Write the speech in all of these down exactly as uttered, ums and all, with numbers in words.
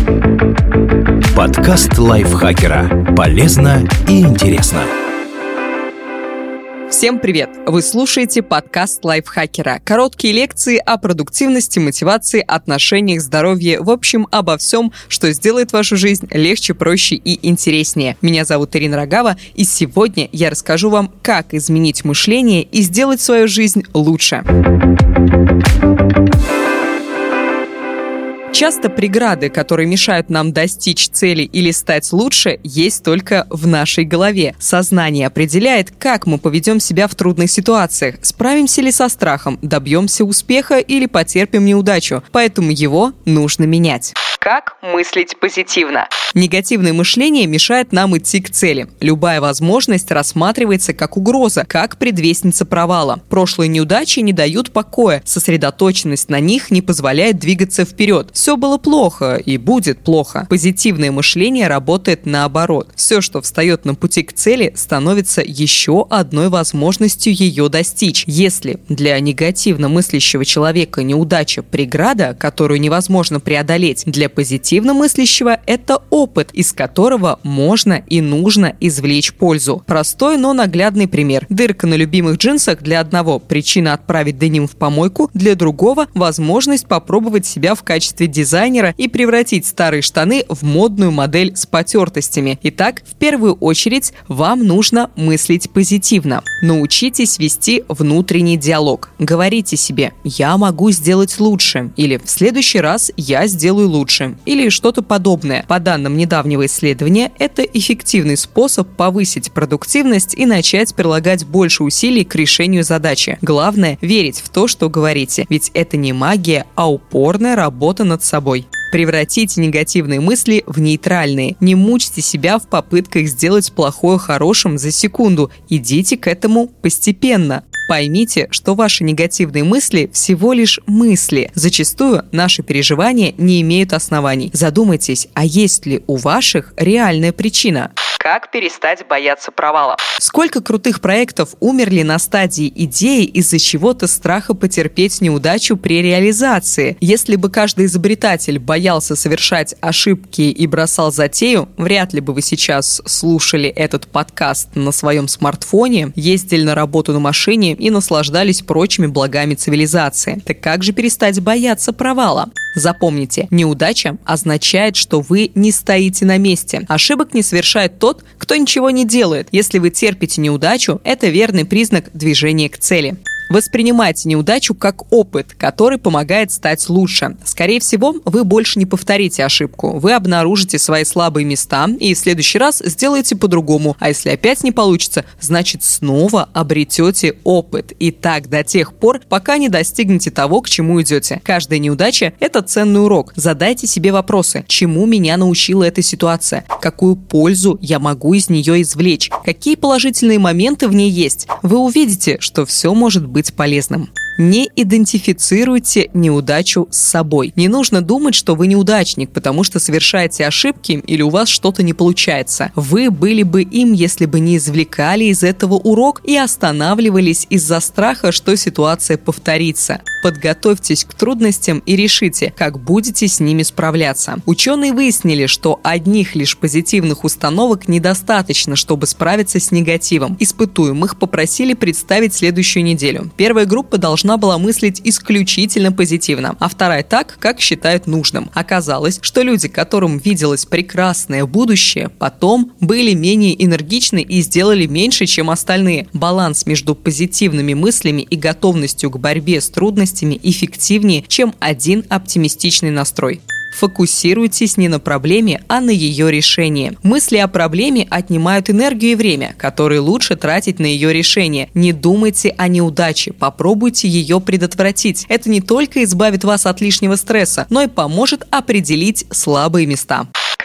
Подкаст лайфхакера. Полезно и интересно. Всем привет! Вы слушаете подкаст лайфхакера. Короткие лекции о продуктивности, мотивации, отношениях, здоровье, в общем, обо всем, что сделает вашу жизнь легче, проще и интереснее. Меня зовут Ирина Рогава, и сегодня я расскажу вам, как изменить мышление и сделать свою жизнь лучше. Часто преграды, которые мешают нам достичь цели или стать лучше, есть только в нашей голове. Сознание определяет, как мы поведем себя в трудных ситуациях, справимся ли со страхом, добьемся успеха или потерпим неудачу, поэтому его нужно менять. Как мыслить позитивно? Негативное мышление мешает нам идти к цели. Любая возможность рассматривается как угроза, как предвестница провала. Прошлые неудачи не дают покоя, сосредоточенность на них не позволяет двигаться вперед. Все было плохо и будет плохо. Позитивное мышление работает наоборот. Все, что встает на пути к цели, становится еще одной возможностью ее достичь. Если для негативно мыслящего человека неудача – преграда, которую невозможно преодолеть, для позитивно мыслящего – это опыт, из которого можно и нужно извлечь пользу. Простой, но наглядный пример. Дырка на любимых джинсах для одного – причина отправить деним в помойку, для другого – возможность попробовать себя в качестве дизайнера и превратить старые штаны в модную модель с потертостями. Итак, в первую очередь вам нужно мыслить позитивно. Научитесь вести внутренний диалог. Говорите себе «я могу сделать лучше» или «в следующий раз я сделаю лучше» или что-то подобное. По данным недавнего исследования, это эффективный способ повысить продуктивность и начать прилагать больше усилий к решению задачи. Главное – верить в то, что говорите, ведь это не магия, а упорная работа над собой. Превратите негативные мысли в нейтральные. Не мучьте себя в попытках сделать плохое хорошим за секунду. Идите к этому постепенно. Поймите, что ваши негативные мысли всего лишь мысли. Зачастую наши переживания не имеют оснований. Задумайтесь, а есть ли у ваших реальная причина? Как перестать бояться провала? Сколько крутых проектов умерли на стадии идеи из-за чего-то страха потерпеть неудачу при реализации? Если бы каждый изобретатель боялся совершать ошибки и бросал затею, вряд ли бы вы сейчас слушали этот подкаст на своем смартфоне, ездили на работу на машине и наслаждались прочими благами цивилизации. Так как же перестать бояться провала? Запомните, неудача означает, что вы не стоите на месте. Ошибок не совершает тот, кто ничего не делает. Если вы терпите неудачу, это верный признак движения к цели. Воспринимайте неудачу как опыт, который помогает стать лучше. Скорее всего, вы больше не повторите ошибку. Вы обнаружите свои слабые места и в следующий раз сделаете по-другому. А если опять не получится, значит снова обретете опыт. И так до тех пор, пока не достигнете того, к чему идете. Каждая неудача – это ценный урок. Задайте себе вопросы. Чему меня научила эта ситуация? Какую пользу я могу из нее извлечь? Какие положительные моменты в ней есть? Вы увидите, что все может быть быть полезным. Не идентифицируйте неудачу с собой. Не нужно думать, что вы неудачник, потому что совершаете ошибки или у вас что-то не получается. Вы были бы им, если бы не извлекали из этого урок и останавливались из-за страха, что ситуация повторится. Подготовьтесь к трудностям и решите, как будете с ними справляться. Ученые выяснили, что одних лишь позитивных установок недостаточно, чтобы справиться с негативом. Испытуемых попросили представить следующую неделю. Первая группа должна была мыслить исключительно позитивно, а вторая так, как считают нужным. Оказалось, что люди, которым виделось прекрасное будущее, потом были менее энергичны и сделали меньше, чем остальные. Баланс между позитивными мыслями и готовностью к борьбе с трудностями эффективнее, чем один оптимистичный настрой. Фокусируйтесь не на проблеме, а на ее решении. Мысли о проблеме отнимают энергию и время, которые лучше тратить на ее решение. Не думайте о неудаче, попробуйте ее предотвратить. Это не только избавит вас от лишнего стресса, но и поможет определить слабые места.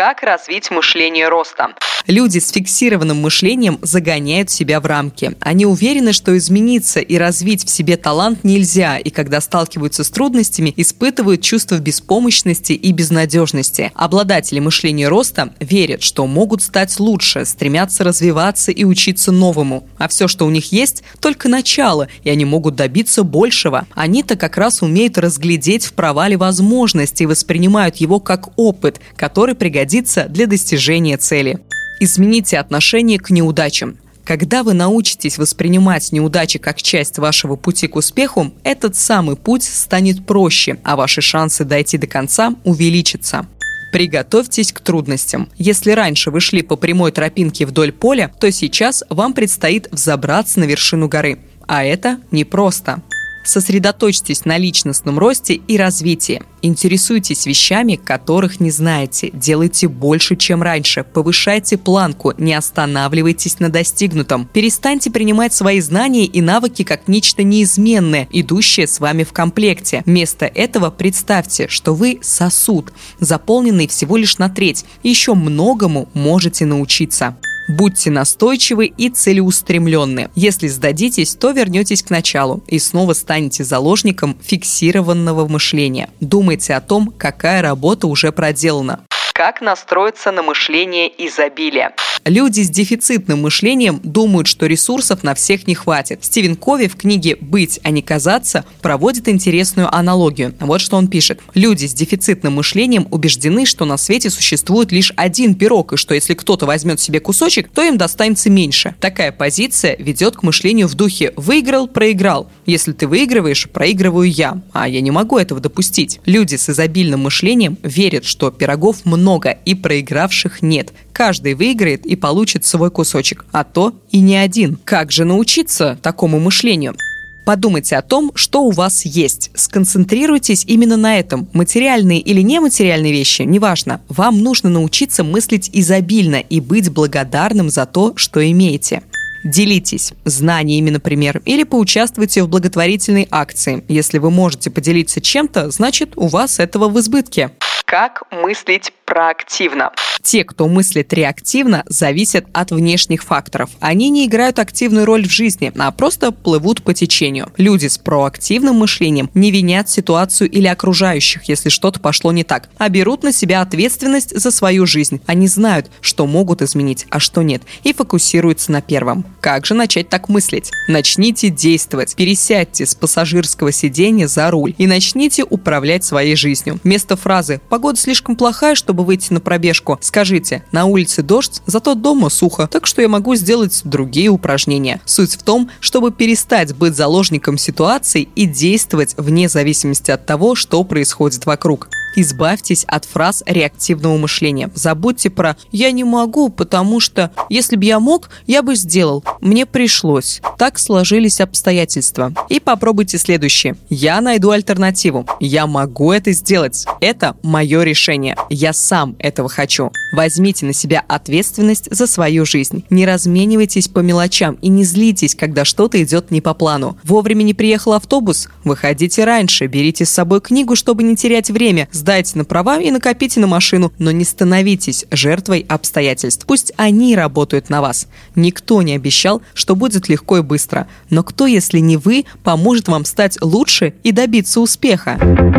Как развить мышление роста? Люди с фиксированным мышлением загоняют себя в рамки. Они уверены, что измениться и развить в себе талант нельзя, и когда сталкиваются с трудностями, испытывают чувство беспомощности и безнадежности. Обладатели мышления роста верят, что могут стать лучше, стремятся развиваться и учиться новому. А все, что у них есть, только начало, и они могут добиться большего. Они-то как раз умеют разглядеть в провале возможности и воспринимают его как опыт, который пригодится для достижения цели. Измените отношение к неудачам. Когда вы научитесь воспринимать неудачи как часть вашего пути к успеху, этот самый путь станет проще, а ваши шансы дойти до конца увеличатся. Приготовьтесь к трудностям. Если раньше вы шли по прямой тропинке вдоль поля, то сейчас вам предстоит взобраться на вершину горы. А это непросто. Сосредоточьтесь на личностном росте и развитии. Интересуйтесь вещами, которых не знаете. Делайте больше, чем раньше. Повышайте планку, не останавливайтесь на достигнутом. Перестаньте принимать свои знания и навыки как нечто неизменное, идущее с вами в комплекте. Вместо этого представьте, что вы сосуд, заполненный всего лишь на треть. Еще многому можете научиться. Будьте настойчивы и целеустремленны. Если сдадитесь, то вернетесь к началу и снова станете заложником фиксированного мышления. Думайте о том, какая работа уже проделана. Как настроиться на мышление изобилия? Люди с дефицитным мышлением думают, что ресурсов на всех не хватит. Стивен Кови в книге «Быть, а не казаться» проводит интересную аналогию. Вот что он пишет. Люди с дефицитным мышлением убеждены, что на свете существует лишь один пирог, и что если кто-то возьмет себе кусочек, то им достанется меньше. Такая позиция ведет к мышлению в духе «выиграл, проиграл». Если ты выигрываешь, проигрываю я, а я не могу этого допустить. Люди с изобильным мышлением верят, что пирогов много. много и проигравших нет. Каждый выиграет и получит свой кусочек, а то и не один. Как же научиться такому мышлению? Подумайте о том, что у вас есть. Сконцентрируйтесь именно на этом. Материальные или нематериальные вещи, неважно. Вам нужно научиться мыслить изобильно и быть благодарным за то, что имеете. Делитесь знаниями, например, или поучаствуйте в благотворительной акции. Если вы можете поделиться чем-то, значит, у вас этого в избытке. Как мыслить проактивно? Те, кто мыслит реактивно, зависят от внешних факторов. Они не играют активную роль в жизни, а просто плывут по течению. Люди с проактивным мышлением не винят ситуацию или окружающих, если что-то пошло не так, а берут на себя ответственность за свою жизнь. Они знают, что могут изменить, а что нет, и фокусируются на первом. Как же начать так мыслить? Начните действовать. Пересядьте с пассажирского сиденья за руль и начните управлять своей жизнью. Вместо фразы «погода слишком плохая, чтобы выйти на пробежку», скажите «на улице дождь, зато дома сухо, так что я могу сделать другие упражнения». Суть в том, чтобы перестать быть заложником ситуации и действовать вне зависимости от того, что происходит вокруг. Избавьтесь от фраз реактивного мышления. Забудьте про «я не могу, потому что если бы я мог, я бы сделал. Мне пришлось. Так сложились обстоятельства». И попробуйте следующее. «Я найду альтернативу. Я могу это сделать. Это мое решение. Я сам этого хочу». Возьмите на себя ответственность за свою жизнь. Не разменивайтесь по мелочам и не злитесь, когда что-то идет не по плану. Вовремя не приехал автобус? Выходите раньше. Берите с собой книгу, чтобы не терять время. Сдайте на права и накопите на машину, но не становитесь жертвой обстоятельств. Пусть они работают на вас. Никто не обещал, что будет легко и быстро. Но кто, если не вы, поможет вам стать лучше и добиться успеха?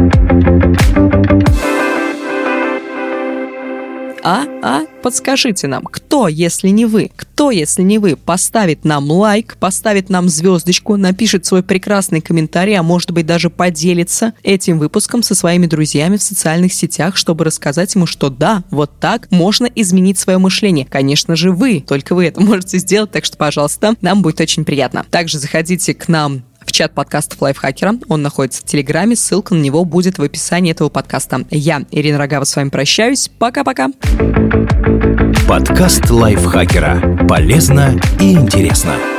А, а, подскажите нам, кто, если не вы? Кто, если не вы, поставит нам лайк, поставит нам звездочку, напишет свой прекрасный комментарий, а может быть даже поделится этим выпуском со своими друзьями в социальных сетях, чтобы рассказать ему, что да, вот так можно изменить свое мышление. Конечно же вы, только вы это можете сделать, так что, пожалуйста, нам будет очень приятно. Также заходите к нам в чат подкастов Лайфхакера. Он находится в Телеграме. Ссылка на него будет в описании этого подкаста. Я, Ирина Рогава, с вами прощаюсь. Пока-пока. Подкаст Лайфхакера. Полезно и интересно.